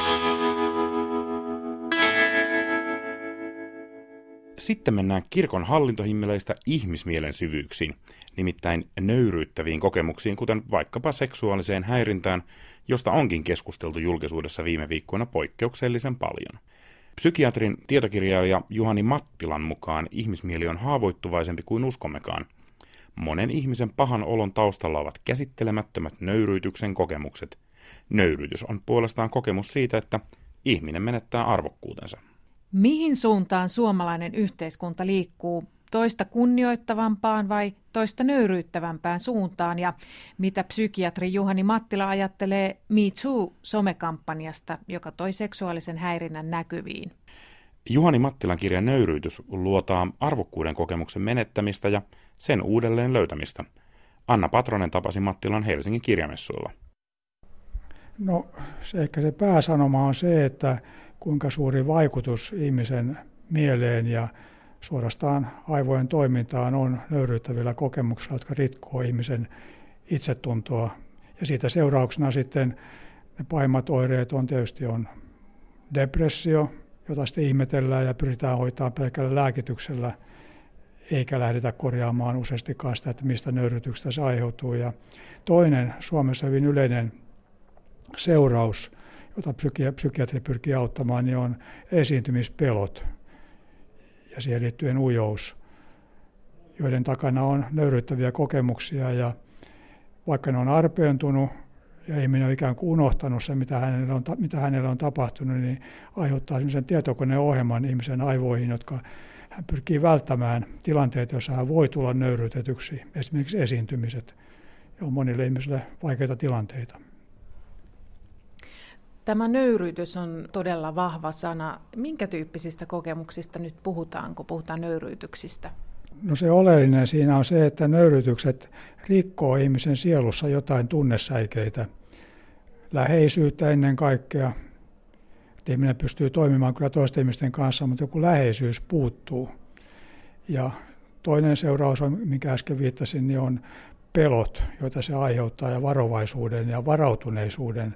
Sitten mennään kirkon hallintohimmeleistä ihmismielen syvyyksiin, nimittäin nöyryyttäviin kokemuksiin, kuten vaikkapa seksuaaliseen häirintään, josta onkin keskusteltu julkisuudessa viime viikkoina poikkeuksellisen paljon. Psykiatrin tietokirjailija Juhani Mattilan mukaan ihmismieli on haavoittuvaisempi kuin uskommekaan. Monen ihmisen pahan olon taustalla ovat käsittelemättömät nöyryytyksen kokemukset. Nöyryytys on puolestaan kokemus siitä, että ihminen menettää arvokkuutensa. Mihin suuntaan suomalainen yhteiskunta liikkuu? Toista kunnioittavampaan vai toista nöyryyttävämpään suuntaan? Ja mitä psykiatri Juhani Mattila ajattelee Me Too-somekampanjasta, joka toi seksuaalisen häirinnän näkyviin? Juhani Mattilan kirja Nöyryytys luotaa arvokkuuden kokemuksen menettämistä ja sen uudelleen löytämistä. Anna Patronen tapasi Mattilan Helsingin kirjamessuilla. No se, ehkä se pääsanoma on se, että kuinka suuri vaikutus ihmisen mieleen ja suorastaan aivojen toimintaan on nöyryyttävillä kokemuksilla, jotka rikkoo ihmisen itsetuntoa. Ja siitä seurauksena sitten ne pahimmat oireet on tietysti on depressio, jota sitten ihmetellään ja pyritään hoitamaan pelkällä lääkityksellä, eikä lähdetä korjaamaan useastikaan sitä, että mistä nöyryytyksestä se aiheutuu. Ja toinen Suomessa hyvin yleinen seuraus, jota psykiatri pyrkii auttamaan, niin on esiintymispelot ja siihen liittyen ujous, joiden takana on nöyryyttäviä kokemuksia. Ja vaikka ne on arpeentunut ja ihminen on ikään kuin unohtanut sen, mitä hänelle on, mitä hänelle on tapahtunut, niin aiheuttaa sellaisen tietokoneohjelman ihmisen aivoihin, jotka hän pyrkii välttämään tilanteet, joissa hän voi tulla nöyryytetyksi, esimerkiksi esiintymiset. Ja on monille ihmisille vaikeita tilanteita. Tämä nöyryytys on todella vahva sana. Minkä tyyppisistä kokemuksista nyt puhutaan, kun puhutaan nöyryytyksistä? No se oleellinen siinä on se, että nöyryytykset rikkoo ihmisen sielussa jotain tunnesäikeitä. Läheisyyttä ennen kaikkea. Että ihminen pystyy toimimaan kyllä toisten ihmisten kanssa, mutta joku läheisyys puuttuu. Ja toinen seuraus, on, minkä äsken viittasin, niin on pelot, joita se aiheuttaa, ja varovaisuuden ja varautuneisuuden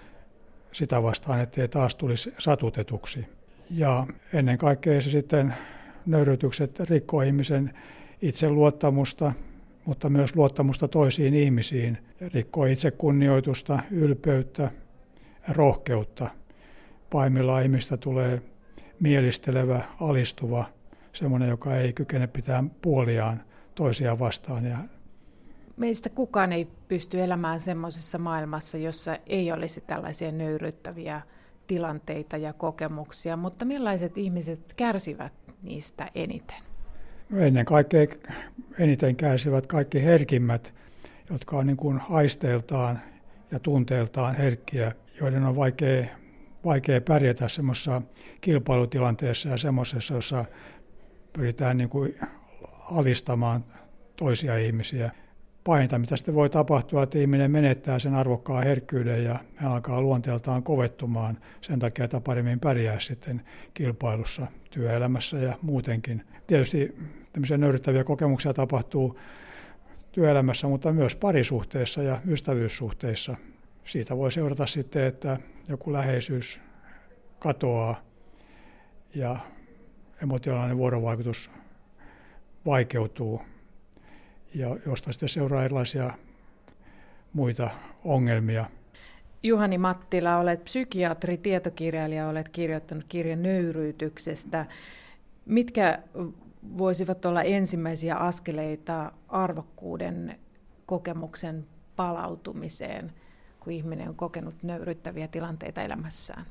sitä vastaan, ettei taas tulisi satutetuksi. Ja ennen kaikkea se sitten nöyryytykset rikkoo ihmisen itseluottamusta, mutta myös luottamusta toisiin ihmisiin. Ja rikkoo itsekunnioitusta, ylpeyttä ja rohkeutta. Pahimmillaan ihmistä tulee mielistelevä, alistuva, semmoinen, joka ei kykene pitämään puoliaan toisiaan vastaan. Ja meistä kukaan ei pysty elämään semmoisessa maailmassa, jossa ei olisi tällaisia nöyryyttäviä tilanteita ja kokemuksia, mutta millaiset ihmiset kärsivät niistä eniten? No ennen kaikkea eniten kärsivät kaikki herkimmät, jotka on niin kuin aisteiltaan ja tunteiltaan herkkiä, joiden on vaikea, vaikea pärjätä semmoisessa kilpailutilanteessa ja semmoisessa, jossa pyritään niin kuin alistamaan toisia ihmisiä. Pahinta, mitä sitten voi tapahtua, että ihminen menettää sen arvokkaan herkkyyden ja hän alkaa luonteeltaan kovettumaan sen takia, että paremmin pärjää sitten kilpailussa, työelämässä ja muutenkin. Tietysti tämmöisiä nöyryyttäviä kokemuksia tapahtuu työelämässä, mutta myös parisuhteessa ja ystävyyssuhteissa. Siitä voi seurata sitten, että joku läheisyys katoaa ja emotionaalinen vuorovaikutus vaikeutuu. Ja josta sitten seuraa erilaisia muita ongelmia. Juhani Mattila, olet psykiatri, tietokirjailija, olet kirjoittanut kirjan nöyryytyksestä. Mitkä voisivat olla ensimmäisiä askeleita arvokkuuden kokemuksen palautumiseen, kun ihminen on kokenut nöyryyttäviä tilanteita elämässään?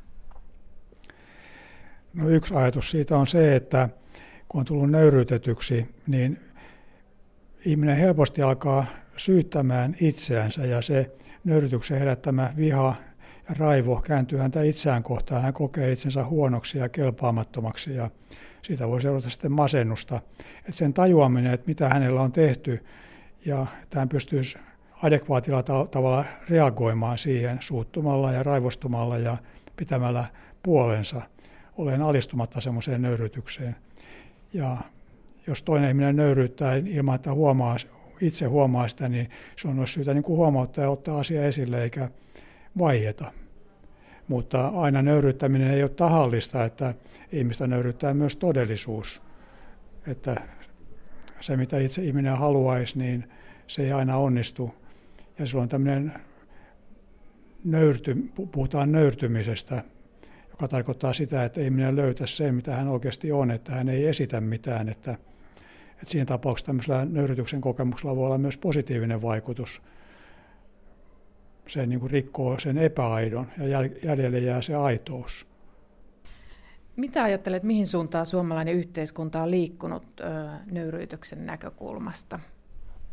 No yksi ajatus siitä on se, että kun on tullut nöyryytetyksi, niin ihminen helposti alkaa syyttämään itseänsä ja se nöyryytyksen herättämä viha ja raivo kääntyy häntä itseään kohtaan. Hän kokee itsensä huonoksi ja kelpaamattomaksi ja siitä voi seurata sitten masennusta. Että sen tajuaminen, että mitä hänellä on tehty ja että hän pystyisi adekvaatilla tavalla reagoimaan siihen suuttumalla ja raivostumalla ja pitämällä puolensa, olen alistumatta semmoiseen nöyryytykseen. Ja jos toinen ihminen nöyryyttää ilman, että huomaa, itse huomaa sitä, niin se on syytä niin kuin huomauttaa ja ottaa asia esille eikä vaieta. Mutta aina nöyryyttäminen ei ole tahallista, että ihmistä nöyryyttää myös todellisuus. Että se, mitä itse ihminen haluaisi, niin se ei aina onnistu. Ja silloin tämmöinen nöyrty, puhutaan nöyrtymisestä, joka tarkoittaa sitä, että ihminen löytäisi sen, mitä hän oikeasti on, että hän ei esitä mitään. Että, että siinä tapauksessa tämmöisellä nöyryytyksen kokemuksella voi olla myös positiivinen vaikutus. Se niin kuin rikkoo sen epäaidon ja jäljelle jää se aitous. Mitä ajattelet, mihin suuntaan suomalainen yhteiskunta on liikkunut ö, nöyryytyksen näkökulmasta?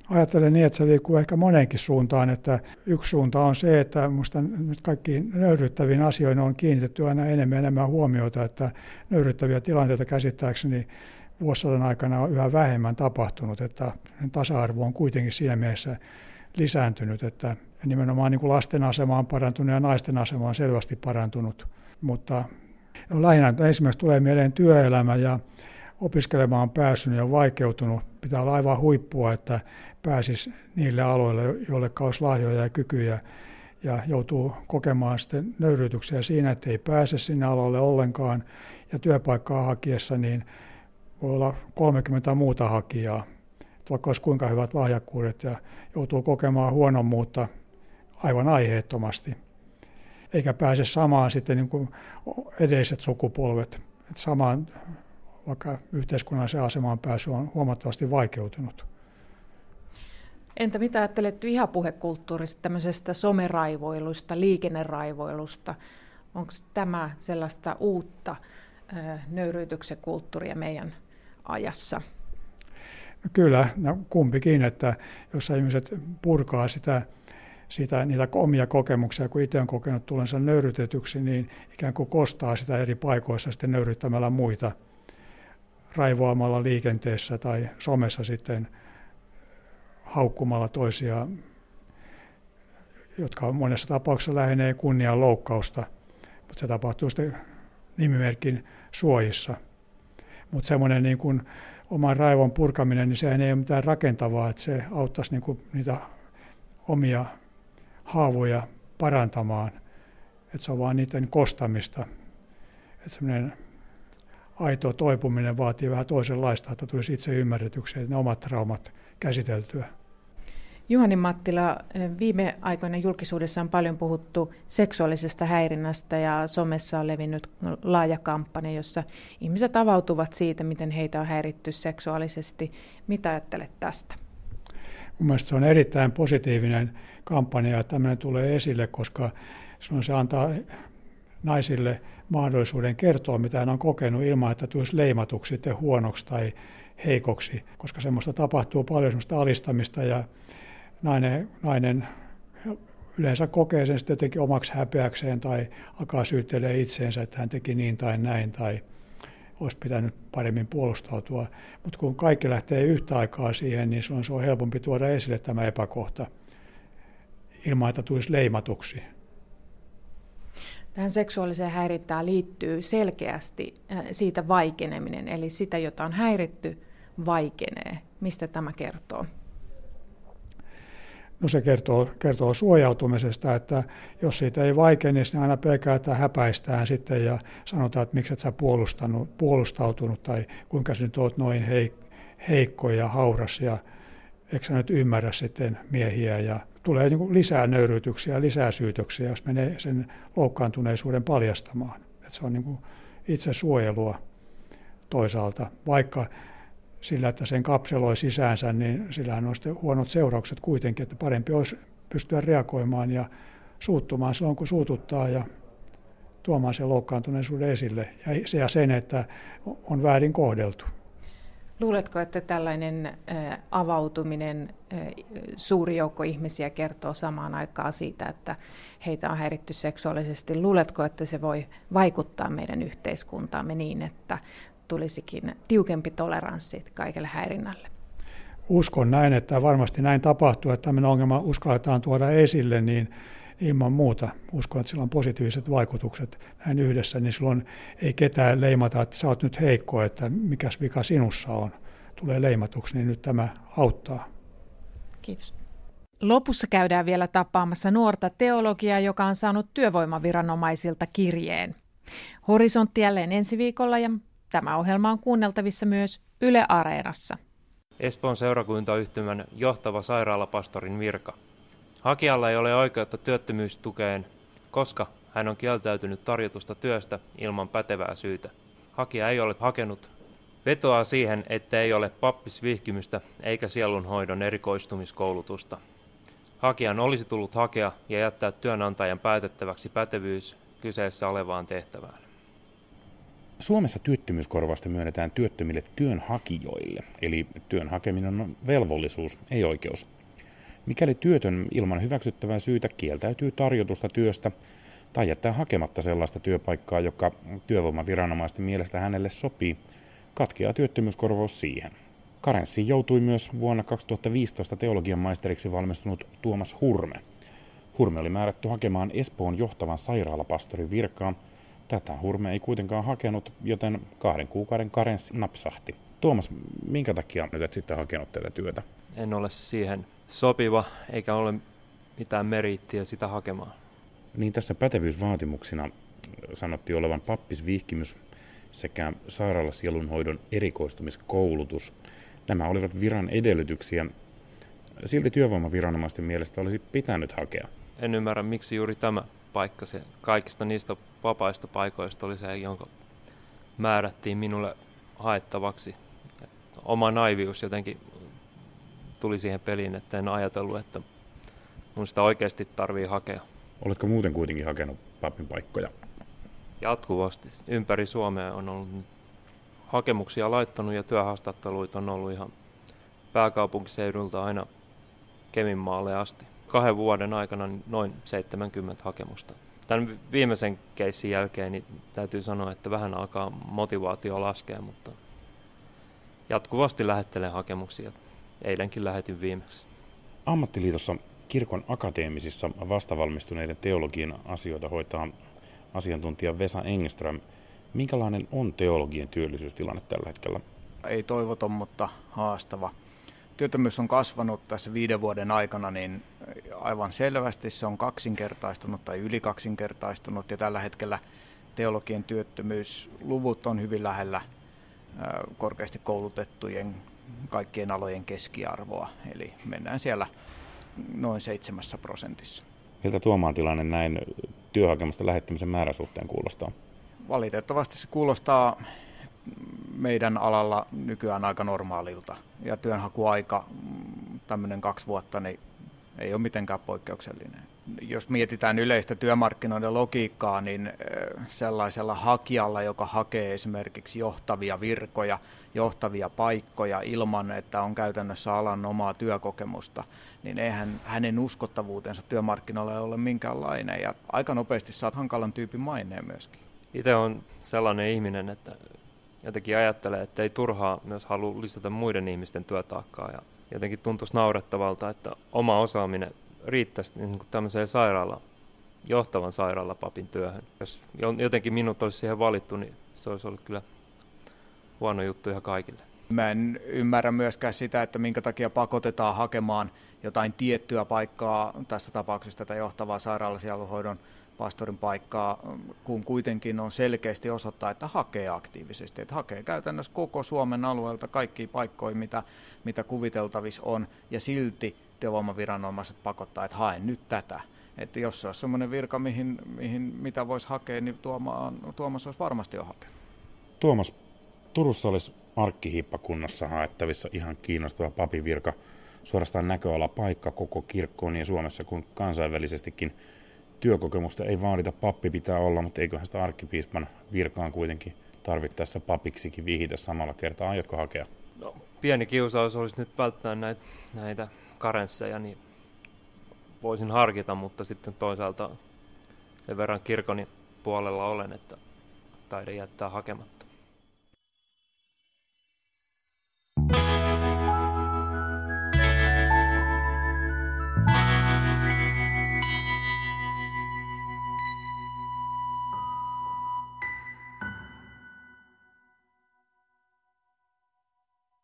Ajattelen niin, että se liikkuu ehkä moneenkin suuntaan, että yksi suunta on se, että minusta nyt kaikkiin nöyryttäviin asioihin on kiinnitetty aina enemmän ja enemmän huomiota, että nöyryttäviä tilanteita käsittääkseni vuosisadan aikana on yhä vähemmän tapahtunut, että tasa-arvo on kuitenkin siinä mielessä lisääntynyt, että nimenomaan niin kuin lasten asema on parantunut ja naisten asema on selvästi parantunut, mutta no lähinnä esimerkiksi tulee mieleen työelämä ja opiskelemaan päässyt ja on vaikeutunut. Pitää olla aivan huippua, että pääsisi niille aloille, joille olisi lahjoja ja kykyjä ja joutuu kokemaan sitten nöyryytyksiä siinä, että ei pääse sinne alalle ollenkaan ja työpaikkaa hakiessa niin voi olla kolmekymmentä muuta hakijaa, vaikka olisi kuinka hyvät lahjakkuudet ja joutuu kokemaan huonommuutta aivan aiheettomasti. Eikä pääse samaan sitten niin kuin edelliset sukupolvet, että samaan vaikka yhteiskunnallisen asemaan pääsy on huomattavasti vaikeutunut. Entä mitä ajattelet vihapuhekulttuurista, tämmöisestä someraivoilusta, liikenneraivoilusta? Onko tämä sellaista uutta nöyryytyksen kulttuuria meidän ajassa? No kyllä, no kumpikin, että jos ihmiset purkaa sitä, sitä, niitä omia kokemuksia, kun itse on kokenut tulensa nöyrytetyksi, niin ikään kuin kostaa sitä eri paikoissa sitten nöyryttämällä muita, raivoamalla liikenteessä tai somessa sitten haukkumalla toisia, jotka monessa tapauksessa lähenee kunnian loukkausta, mutta se tapahtuu sitten nimimerkin suojissa. Mutta semmoinen niin kuin oman raivon purkaminen, niin sehän ei ole mitään rakentavaa, että se auttaisi niin kuin niitä omia haavoja parantamaan. Että se on vaan niiden kostamista. Että semmoinen aito toipuminen vaatii vähän toisenlaista, että tulisi itse ymmärretyksi, että ne omat traumat käsiteltyä. Juhani Mattila, viime aikoina julkisuudessa on paljon puhuttu seksuaalisesta häirinnästä ja somessa on levinnyt laaja kampanja, jossa ihmiset avautuvat siitä, miten heitä on häiritty seksuaalisesti. Mitä ajattelet tästä? Mun mielestä se on erittäin positiivinen kampanja, että tämmöinen tulee esille, koska se antaa naisille mahdollisuuden kertoa, mitä hän on kokenut ilman, että tulisi leimatuksi sitten huonoksi tai heikoksi, koska semmoista tapahtuu paljon semmoista alistamista ja nainen, nainen yleensä kokee sen sitten jotenkin omaksi häpeäkseen tai alkaa syyttelee itseensä, että hän teki niin tai näin tai olisi pitänyt paremmin puolustautua. Mutta kun kaikki lähtee yhtä aikaa siihen, niin se on, se on helpompi tuoda esille tämä epäkohta ilman, että tulisi leimatuksi. Tähän seksuaaliseen häirintään liittyy selkeästi siitä vaikeneminen, eli sitä, jota on häiritty, vaikenee. Mistä tämä kertoo? No se kertoo, kertoo suojautumisesta, että jos siitä ei vaikenisi, niin aina pelkää, että häpäistään sitten ja sanotaan, että miksi et sä puolustanut, puolustautunut tai kuinka sä nyt oot noin heikko ja hauras ja eikö sä nyt ymmärrä sitten miehiä ja tulee niin kuin lisää nöyryytyksiä, lisää syytöksiä, jos menee sen loukkaantuneisuuden paljastamaan. Että se on niin kuin itse suojelua toisaalta, vaikka sillä, että sen kapseloi sisäänsä, niin sillähän on sitten huonot seuraukset kuitenkin, että parempi olisi pystyä reagoimaan ja suuttumaan silloin, kun suututtaa ja tuomaan sen loukkaantuneisuuden esille ja sen, että on väärin kohdeltu. Luuletko, että tällainen avautuminen, suuri joukko ihmisiä kertoo samaan aikaan siitä, että heitä on häiritty seksuaalisesti? Luuletko, että se voi vaikuttaa meidän yhteiskuntaamme niin, että tulisikin tiukempi toleranssi kaikelle häirinnälle? Uskon näin, että varmasti näin tapahtuu, että tämmöinen ongelma uskalletaan tuoda esille, niin ilman muuta uskon, että sillä on positiiviset vaikutukset näin yhdessä, niin silloin ei ketään leimata, että sä oot nyt heikko, että mikäs vika sinussa on. Tulee leimatuksi, niin nyt tämä auttaa. Kiitos. Lopussa käydään vielä tapaamassa nuorta teologiaa, joka on saanut työvoimaviranomaisilta kirjeen. Horisontti jälleen ensi viikolla ja tämä ohjelma on kuunneltavissa myös Yle Areenassa. Espoon seurakuntayhtymän johtava sairaalapastorin virka. Hakijalla ei ole oikeutta työttömyystukeen, koska hän on kieltäytynyt tarjotusta työstä ilman pätevää syytä. Hakija ei ole hakenut. Vetoaa siihen, että ei ole pappisvihkimystä eikä sielunhoidon erikoistumiskoulutusta. Hakijan olisi tullut hakea ja jättää työnantajan päätettäväksi pätevyys kyseessä olevaan tehtävään. Suomessa työttömyyskorvausta myönnetään työttömille työnhakijoille, eli työn hakeminen on velvollisuus, ei oikeus. Mikäli työtön ilman hyväksyttävää syytä kieltäytyy tarjotusta työstä tai jättää hakematta sellaista työpaikkaa, joka työvoimaviranomaisten mielestä hänelle sopii, katkeaa työttömyyskorvaus siihen. Karenssiin joutui myös vuonna kaksituhattaviisitoista teologian maisteriksi valmistunut Tuomas Hurme. Hurme oli määrätty hakemaan Espoon johtavan sairaalapastorin virkaan. Tätä Hurme ei kuitenkaan hakenut, joten kahden kuukauden karenssi napsahti. Tuomas, minkä takia nyt et sitten hakenut tätä työtä? En ole siihen sopiva, eikä ole mitään meriittiä sitä hakemaan. Niin tässä pätevyysvaatimuksina sanottiin olevan pappisvihkimys sekä sairaalasielunhoidon erikoistumiskoulutus. Nämä olivat viran edellytyksiä. Silti työvoimaviranomaisten mielestä olisi pitänyt hakea. En ymmärrä, miksi juuri tämä paikka, se kaikista niistä vapaista paikoista oli se, jonka määrättiin minulle haettavaksi. Oma naivius jotenkin tuli siihen peliin, että en ajatellut, että mun sitä oikeasti tarvii hakea. Oletko muuten kuitenkin hakenut papin paikkoja? Jatkuvasti. Ympäri Suomea on ollut nyt hakemuksia laittanut ja työhaastatteluita on ollut ihan pääkaupunkiseudulta aina Keminmaalle asti. Kahden vuoden aikana noin seitsemänkymmentä hakemusta. Tämän viimeisen keissin jälkeen niin täytyy sanoa, että vähän alkaa motivaatio laskea, mutta jatkuvasti lähettelen hakemuksia. Eilenkin lähetin viimeksi. Ammattiliitossa kirkon akateemisissa vastavalmistuneiden teologien asioita hoitaa asiantuntija Vesa Engström. Minkälainen on teologien työllisyystilanne tällä hetkellä? Ei toivoton, mutta haastava. Työttömyys on kasvanut tässä viiden vuoden aikana, niin aivan selvästi se on kaksinkertaistunut tai yli kaksinkertaistunut. Ja tällä hetkellä teologien työttömyysluvut on hyvin lähellä korkeasti koulutettujen kaikkien alojen keskiarvoa. Eli mennään siellä noin seitsemässä prosentissa. Miltä Tuomaan tilanne näin työhakemusten lähettämisen määrän suhteen kuulostaa? Valitettavasti se kuulostaa meidän alalla nykyään aika normaalilta. Ja työnhakuaika, tämmöinen kaksi vuotta, niin ei ole mitenkään poikkeuksellinen. Jos mietitään yleistä työmarkkinoiden logiikkaa, niin sellaisella hakijalla, joka hakee esimerkiksi johtavia virkoja, johtavia paikkoja ilman, että on käytännössä alan omaa työkokemusta, niin eihän hänen uskottavuutensa työmarkkinoilla ole minkäänlainen. Ja aika nopeasti saat hankalan tyypin maineen myöskin. Itse on sellainen ihminen, että jotenkin ajattelee, että ei turhaa myös halua lisätä muiden ihmisten työtaakkaa. Ja jotenkin tuntuisi naurettavalta, että oma osaaminen riittäisi niin kuin tämmöiseen sairaala, johtavan sairaalapapin työhön. Jos jotenkin minut olisi siihen valittu, niin se olisi ollut kyllä huono juttu ihan kaikille. Mä en ymmärrä myöskään sitä, että minkä takia pakotetaan hakemaan jotain tiettyä paikkaa, tässä tapauksessa tätä johtavaa sairaalasielunhoidon pastorin paikkaa, kun kuitenkin on selkeästi osoittaa, että hakee aktiivisesti. Että hakee käytännössä koko Suomen alueelta kaikkia paikkoja, mitä, mitä kuviteltavissa on, ja silti työvoimaviranomaiset pakottaa, että hae nyt tätä. Että jos se olisi sellainen virka, mihin, mihin mitä voisi hakea, niin Tuoma, Tuomas olisi varmasti jo hakenut. Tuomas, Turussa olisi arkkihiippakunnassa haettavissa ihan kiinnostava papivirka, suorastaan näköalapaikka koko kirkkoon niin Suomessa kuin kansainvälisestikin. Työkokemusta ei vaadita, pappi pitää olla, mutta eiköhän sitä arkkipiispan virkaan kuitenkin tarvittaessa papiksikin vihitä samalla kertaa. Aiotko hakea? No, pieni kiusaus olisi nyt välttää näitä, näitä karensseja, niin voisin harkita, mutta sitten toisaalta sen verran kirkoni puolella olen, että taiden jättää hakematta.